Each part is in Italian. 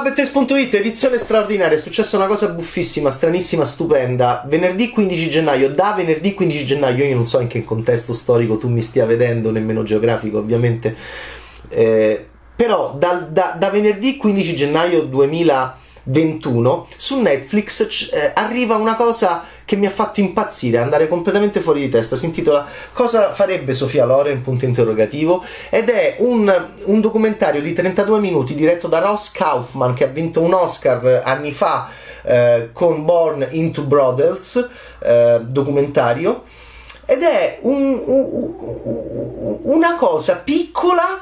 Bettex.it, edizione straordinaria, è successa una cosa buffissima, stranissima, stupenda. Venerdì 15 gennaio, da venerdì 15 gennaio, io non so in che contesto storico tu mi stia vedendo, nemmeno geografico ovviamente, però da venerdì 15 gennaio 2021 su Netflix arriva una cosa che mi ha fatto impazzire, andare completamente fuori di testa. Si intitola Cosa farebbe Sophia Loren? Punto interrogativo, ed è un documentario di 32 minuti diretto da Ross Kaufman, che ha vinto un Oscar anni fa con Born into Brothels, documentario, ed è una cosa piccola,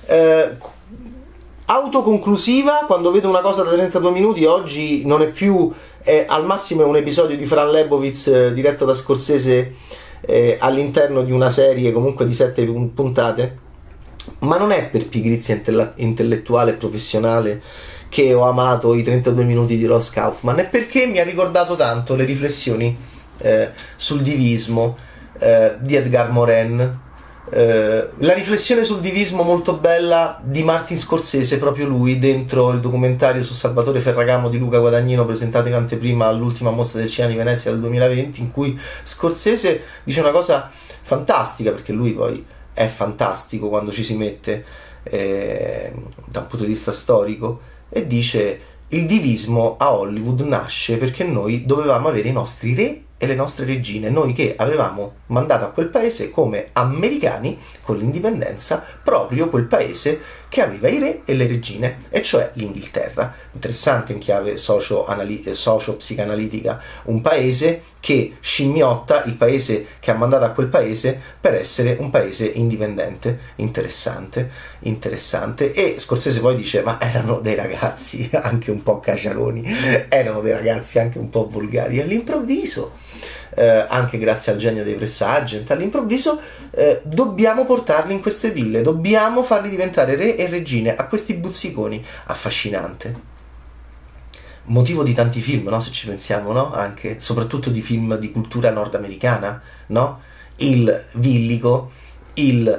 autoconclusiva. Quando vedo una cosa da 32 minuti, oggi non è più, al massimo è un episodio di Fran Lebowitz diretto da Scorsese all'interno di una serie comunque di 7 puntate, ma non è per pigrizia intellettuale e professionale che ho amato i 32 minuti di Ross Kaufman, è perché mi ha ricordato tanto le riflessioni sul divismo di Edgar Morin, la riflessione sul divismo molto bella di Martin Scorsese, proprio lui, dentro il documentario su Salvatore Ferragamo di Luca Guadagnino, presentato in anteprima all'ultima mostra del cinema di Venezia del 2020, in cui Scorsese dice una cosa fantastica, perché lui poi è fantastico quando ci si mette da un punto di vista storico, e dice: il divismo a Hollywood nasce perché noi dovevamo avere i nostri re e le nostre regine, noi che avevamo mandato a quel paese come americani con l'indipendenza proprio quel paese che aveva i re e le regine, e cioè l'Inghilterra. Interessante in chiave socio-psicanalitica, un paese che scimmiotta il paese che ha mandato a quel paese per essere un paese indipendente. Interessante. E Scorsese poi dice: ma erano dei ragazzi anche un po' caciaroni, erano dei ragazzi anche un po' volgari, e all'improvviso, anche grazie al genio dei press agent, all'improvviso dobbiamo portarli in queste ville, dobbiamo farli diventare re e regine a questi buzziconi. Affascinante, motivo di tanti film, no? Se ci pensiamo, no? Anche soprattutto di film di cultura nordamericana, no? Il villico, il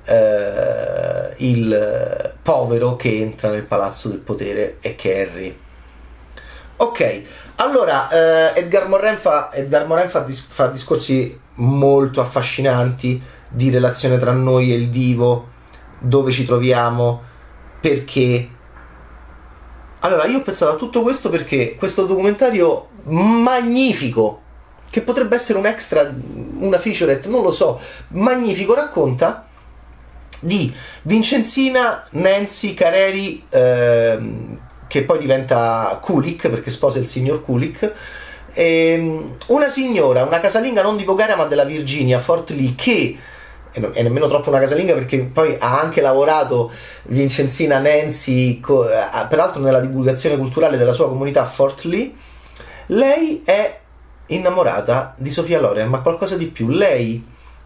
povero che entra nel palazzo del potere e che è il re. Ok, allora Edgar Morin fa discorsi molto affascinanti di relazione tra noi e il divo, dove ci troviamo, perché. Allora, io ho pensato a tutto questo perché questo documentario magnifico, che potrebbe essere un extra, una featurette, non lo so, magnifico, racconta di Vincenzina Nancy Careri, che poi diventa Kulik perché sposa il signor Kulik, una signora, una casalinga non di Voghera ma della Virginia, Fort Lee, che è nemmeno troppo una casalinga perché poi ha anche lavorato Vincenzina Nancy peraltro nella divulgazione culturale della sua comunità a Fort Lee. Lei è innamorata di Sophia Loren, ma qualcosa di più. Lei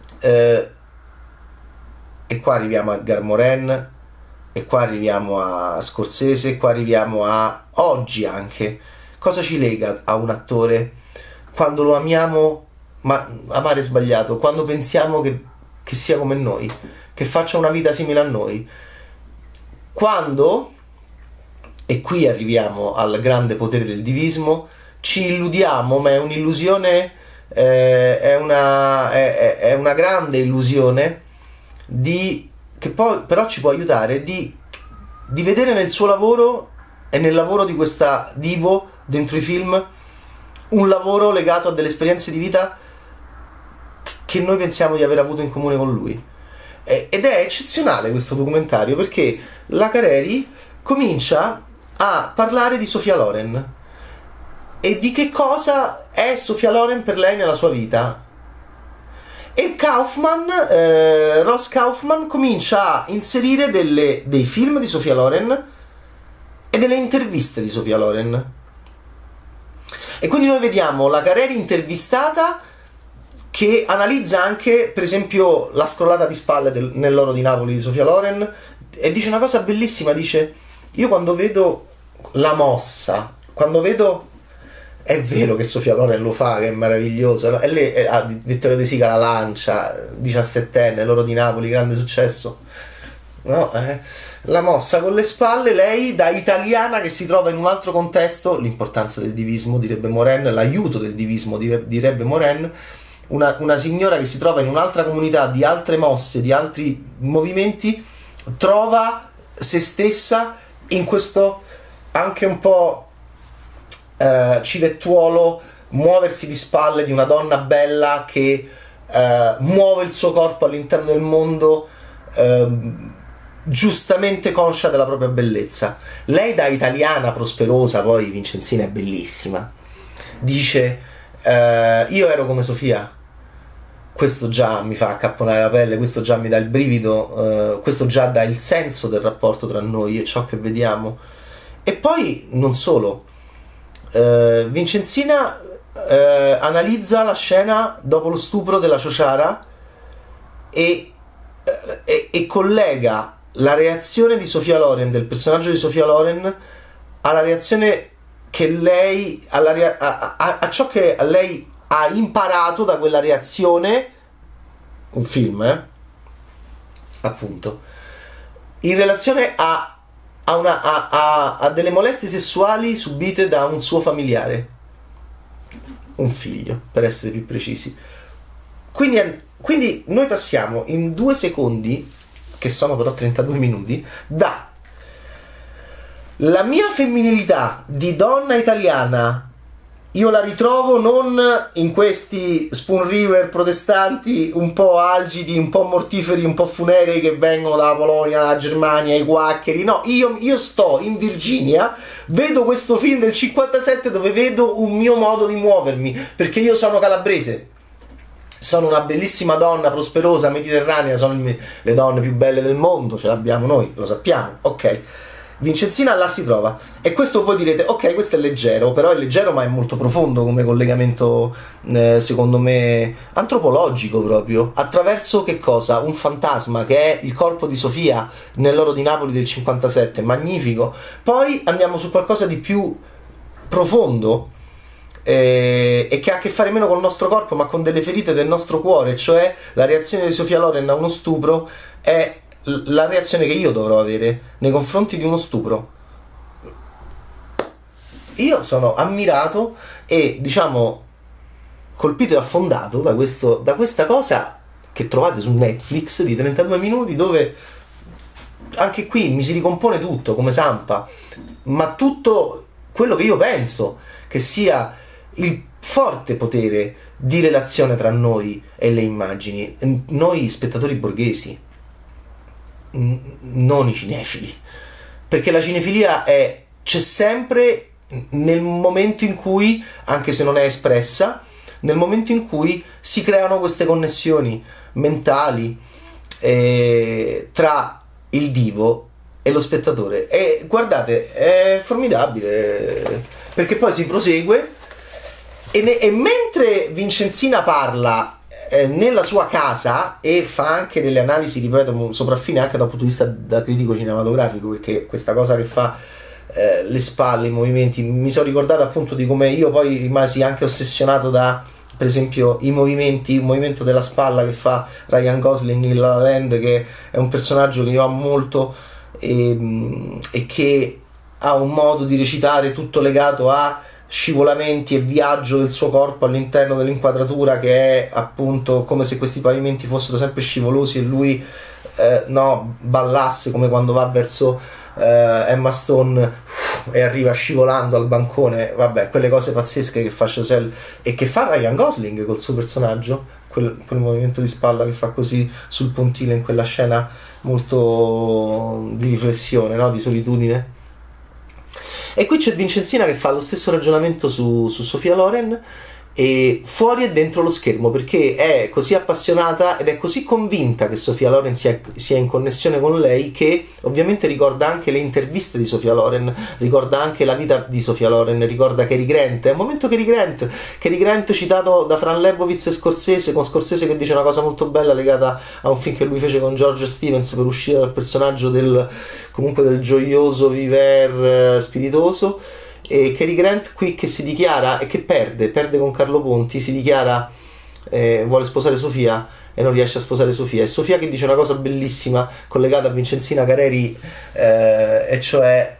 e qua arriviamo a Edgar Morin, e qua arriviamo a Scorsese, e qua arriviamo a oggi anche. Cosa ci lega a un attore quando lo amiamo? Ma amare è sbagliato, quando pensiamo che sia come noi, che faccia una vita simile a noi. Quando, e qui arriviamo al grande potere del divismo, ci illudiamo, ma è un'illusione, è una grande illusione che poi però ci può aiutare di vedere nel suo lavoro e nel lavoro di questa divo dentro i film un lavoro legato a delle esperienze di vita che noi pensiamo di aver avuto in comune con lui. Ed è eccezionale questo documentario perché la Careri comincia a parlare di Sophia Loren e di che cosa è Sophia Loren per lei nella sua vita. E Ross Kaufman comincia a inserire dei film di Sophia Loren e delle interviste di Sophia Loren. E quindi noi vediamo la Careri intervistata che analizza anche, per esempio, la scrollata di spalle nell'Oro di Napoli di Sophia Loren, e dice una cosa bellissima, dice: io quando vedo la mossa, quando vedo, è vero che Sophia Loren lo fa, che è meraviglioso, no? E lei Vittorio De Sica la lancia, 17enne, l'Oro di Napoli, grande successo, no? La mossa con le spalle, lei da italiana che si trova in un altro contesto, l'importanza del divismo, direbbe Moren, l'aiuto del divismo, direbbe Moren, una signora che si trova in un'altra comunità, di altre mosse, di altri movimenti, trova se stessa in questo anche un po' civettuolo muoversi di spalle di una donna bella che muove il suo corpo all'interno del mondo, giustamente conscia della propria bellezza. Lei da italiana prosperosa, poi Vincenzina è bellissima, dice io ero come Sofia, questo già mi fa accapponare la pelle, questo già mi dà il brivido, questo già dà il senso del rapporto tra noi e ciò che vediamo. E poi non solo, Vincenzina analizza la scena dopo lo stupro della Ciociara e collega la reazione di Sofia Loren, del personaggio di Sofia Loren, alla reazione che lei a ciò che lei ha imparato da quella reazione, un film, appunto, in relazione a delle molestie sessuali subite da un suo familiare, un figlio, per essere più precisi. Quindi noi passiamo in 2 secondi, che sono però 32 minuti, da la mia femminilità di donna italiana, io la ritrovo non in questi Spoon River protestanti un po' algidi, un po' mortiferi, un po' funerei che vengono dalla Polonia, dalla Germania, i quaccheri. No, io sto in Virginia, vedo questo film del 57 dove vedo un mio modo di muovermi, perché io sono calabrese, sono una bellissima donna prosperosa, mediterranea, sono le donne più belle del mondo, ce l'abbiamo noi, lo sappiamo, ok. Vincenzina là si trova, e questo voi direte ok, questo è leggero, però è leggero ma è molto profondo come collegamento, secondo me antropologico, proprio attraverso che cosa? Un fantasma che è il corpo di Sofia nell'Oro di Napoli del 57, magnifico. Poi andiamo su qualcosa di più profondo, e che ha a che fare meno con il nostro corpo ma con delle ferite del nostro cuore, cioè la reazione di Sofia Loren a uno stupro è la reazione che io dovrò avere nei confronti di uno stupro. Io sono ammirato e, diciamo, colpito e affondato da questa cosa che trovate su Netflix di 32 minuti, dove anche qui mi si ricompone tutto come Sampa, ma tutto quello che io penso che sia il forte potere di relazione tra noi e le immagini, noi spettatori borghesi, non i cinefili, perché la cinefilia c'è sempre nel momento in cui, anche se non è espressa, nel momento in cui si creano queste connessioni mentali tra il divo e lo spettatore. E guardate, è formidabile, perché poi si prosegue e mentre Vincenzina parla nella sua casa e fa anche delle analisi, ripeto, sopraffine anche dal punto di vista da critico cinematografico, perché questa cosa che fa le spalle, i movimenti, mi sono ricordato appunto di come io poi rimasi anche ossessionato da, per esempio, il movimento della spalla che fa Ryan Gosling in La La Land, che è un personaggio che io amo molto e che ha un modo di recitare tutto legato a scivolamenti e viaggio del suo corpo all'interno dell'inquadratura, che è appunto come se questi pavimenti fossero sempre scivolosi e lui ballasse, come quando va verso Emma Stone e arriva scivolando al bancone. Vabbè, quelle cose pazzesche che fa Chazelle e che fa Ryan Gosling col suo personaggio, quel movimento di spalla che fa così sul pontile in quella scena molto di riflessione, no? Di solitudine. E qui c'è Vincenzina che fa lo stesso ragionamento su Sofia Loren, e fuori e dentro lo schermo, perché è così appassionata ed è così convinta che Sofia Loren sia in connessione con lei, che ovviamente ricorda anche le interviste di Sofia Loren, ricorda anche la vita di Sofia Loren, ricorda Cary Grant. È un momento Cary Grant citato da Fran Lebowitz e Scorsese, con Scorsese che dice una cosa molto bella legata a un film che lui fece con George Stevens per uscire dal personaggio del gioioso viver spiritoso. E Cary Grant qui che si dichiara, e che perde con Carlo Ponti, si dichiara vuole sposare Sofia e non riesce a sposare Sofia, e Sofia che dice una cosa bellissima collegata a Vincenzina Careri, e cioè: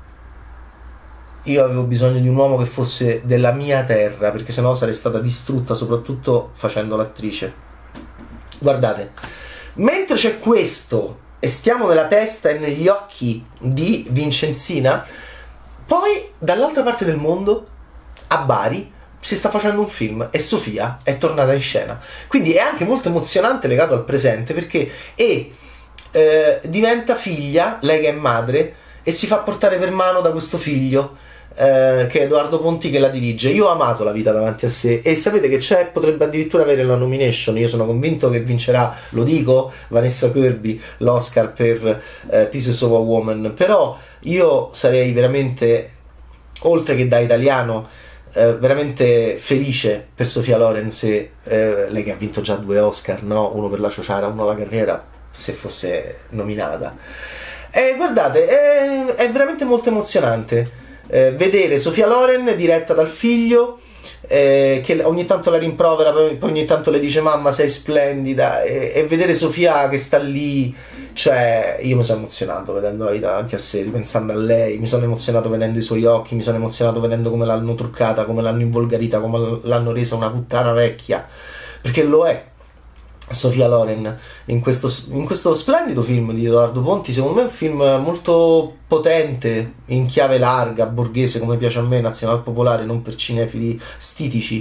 io avevo bisogno di un uomo che fosse della mia terra, perché sennò sarei stata distrutta, soprattutto facendo l'attrice. Guardate, mentre c'è questo e stiamo nella testa e negli occhi di Vincenzina, poi dall'altra parte del mondo, a Bari, si sta facendo un film e Sofia è tornata in scena. Quindi è anche molto emozionante, legato al presente, perché diventa figlia, lei che è madre, e si fa portare per mano da questo figlio, che è Edoardo Ponti, che la dirige. Io ho amato La vita davanti a sé, e sapete che potrebbe addirittura avere la nomination. Io sono convinto che vincerà, lo dico, Vanessa Kirby, l'Oscar per Pieces of a Woman. Però io sarei veramente, oltre che da italiano, veramente felice per Sofia Loren se lei che ha vinto già 2 Oscar, no? Uno per La Ciociara, uno alla carriera, se fosse nominata. E guardate, è veramente molto emozionante vedere Sofia Loren diretta dal figlio, che ogni tanto la rimprovera, poi ogni tanto le dice: mamma, sei splendida, e vedere Sofia che sta lì. Cioè, io mi sono emozionato vedendo La vita davanti a sé, ripensando a lei, mi sono emozionato vedendo i suoi occhi, mi sono emozionato vedendo come l'hanno truccata, come l'hanno involgarita, come l'hanno resa una puttana vecchia, perché lo è Sofia Loren in questo splendido film di Edoardo Ponti. Secondo me è un film molto potente, in chiave larga, borghese, come piace a me, nazionalpopolare, non per cinefili stitici,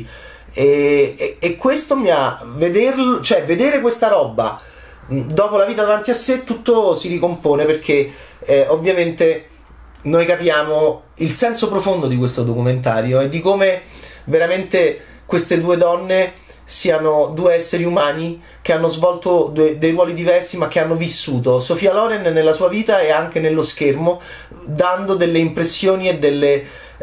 e questo mi ha vedere questa roba dopo La vita davanti a sé, tutto si ricompone, perché ovviamente noi capiamo il senso profondo di questo documentario e di come veramente queste 2 donne siano 2 esseri umani che hanno svolto dei ruoli diversi, ma che hanno vissuto. Sofia Loren nella sua vita e anche nello schermo, dando delle impressioni e delle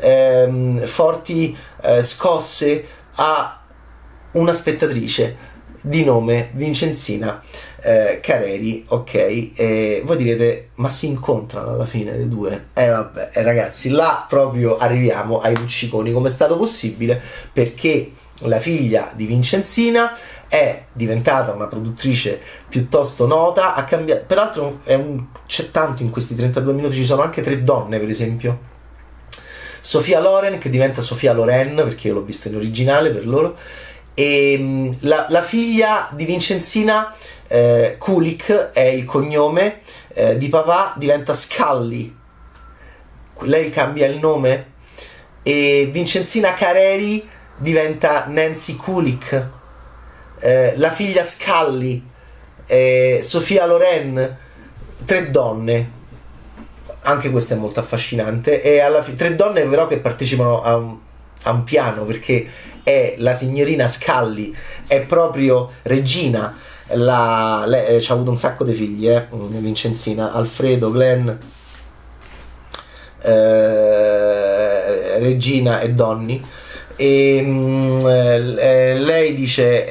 forti scosse a una spettatrice di nome Vincenzina Careri, ok? E voi direte: ma si incontrano alla fine le 2? Vabbè, ragazzi, là proprio arriviamo ai lucciconi. Come è stato possibile? Perché la figlia di Vincenzina è diventata una produttrice piuttosto nota, ha cambiato, peraltro c'è tanto in questi 32 minuti, ci sono anche 3 donne, per esempio Sofia Loren, che diventa Sofia Loren, perché io l'ho visto in originale per loro, e la figlia di Vincenzina, Kulik è il cognome, di papà diventa Scully, lei cambia il nome, e Vincenzina Careri diventa Nancy Kulik, la figlia Scully, Sofia Loren, 3 donne, anche questo è molto affascinante, e 3 donne però che partecipano a un piano, perché è la signorina Scully, è proprio regina, lei ci ha avuto un sacco di figli, Vincenzina, Alfredo, Glenn, Regina e Donny. E lei dice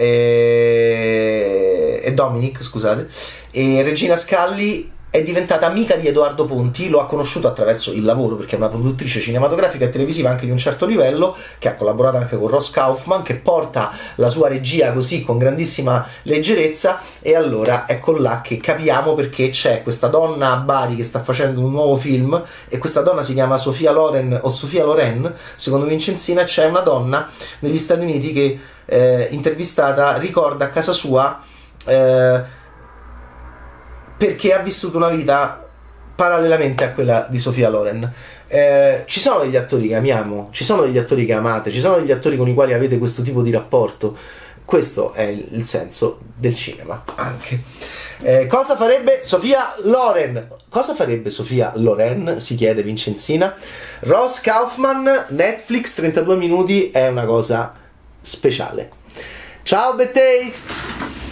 e Dominic, scusate, e Regina Scully è diventata amica di Edoardo Ponti, lo ha conosciuto attraverso il lavoro, perché è una produttrice cinematografica e televisiva anche di un certo livello, che ha collaborato anche con Ross Kaufman, che porta la sua regia così con grandissima leggerezza, e allora ecco là che capiamo perché c'è questa donna a Bari che sta facendo un nuovo film, e questa donna si chiama Sofia Loren o Sofia Loren, secondo Vincenzina. C'è una donna negli Stati Uniti che intervistata ricorda a casa sua perché ha vissuto una vita parallelamente a quella di Sofia Loren. Ci sono degli attori che amiamo, ci sono degli attori che amate, ci sono degli attori con i quali avete questo tipo di rapporto. Questo è il senso del cinema anche. Cosa farebbe Sofia Loren? Cosa farebbe Sofia Loren? Si chiede Vincenzina. Ross Kaufman, Netflix, 32 minuti, è una cosa speciale. Ciao Bad Taste!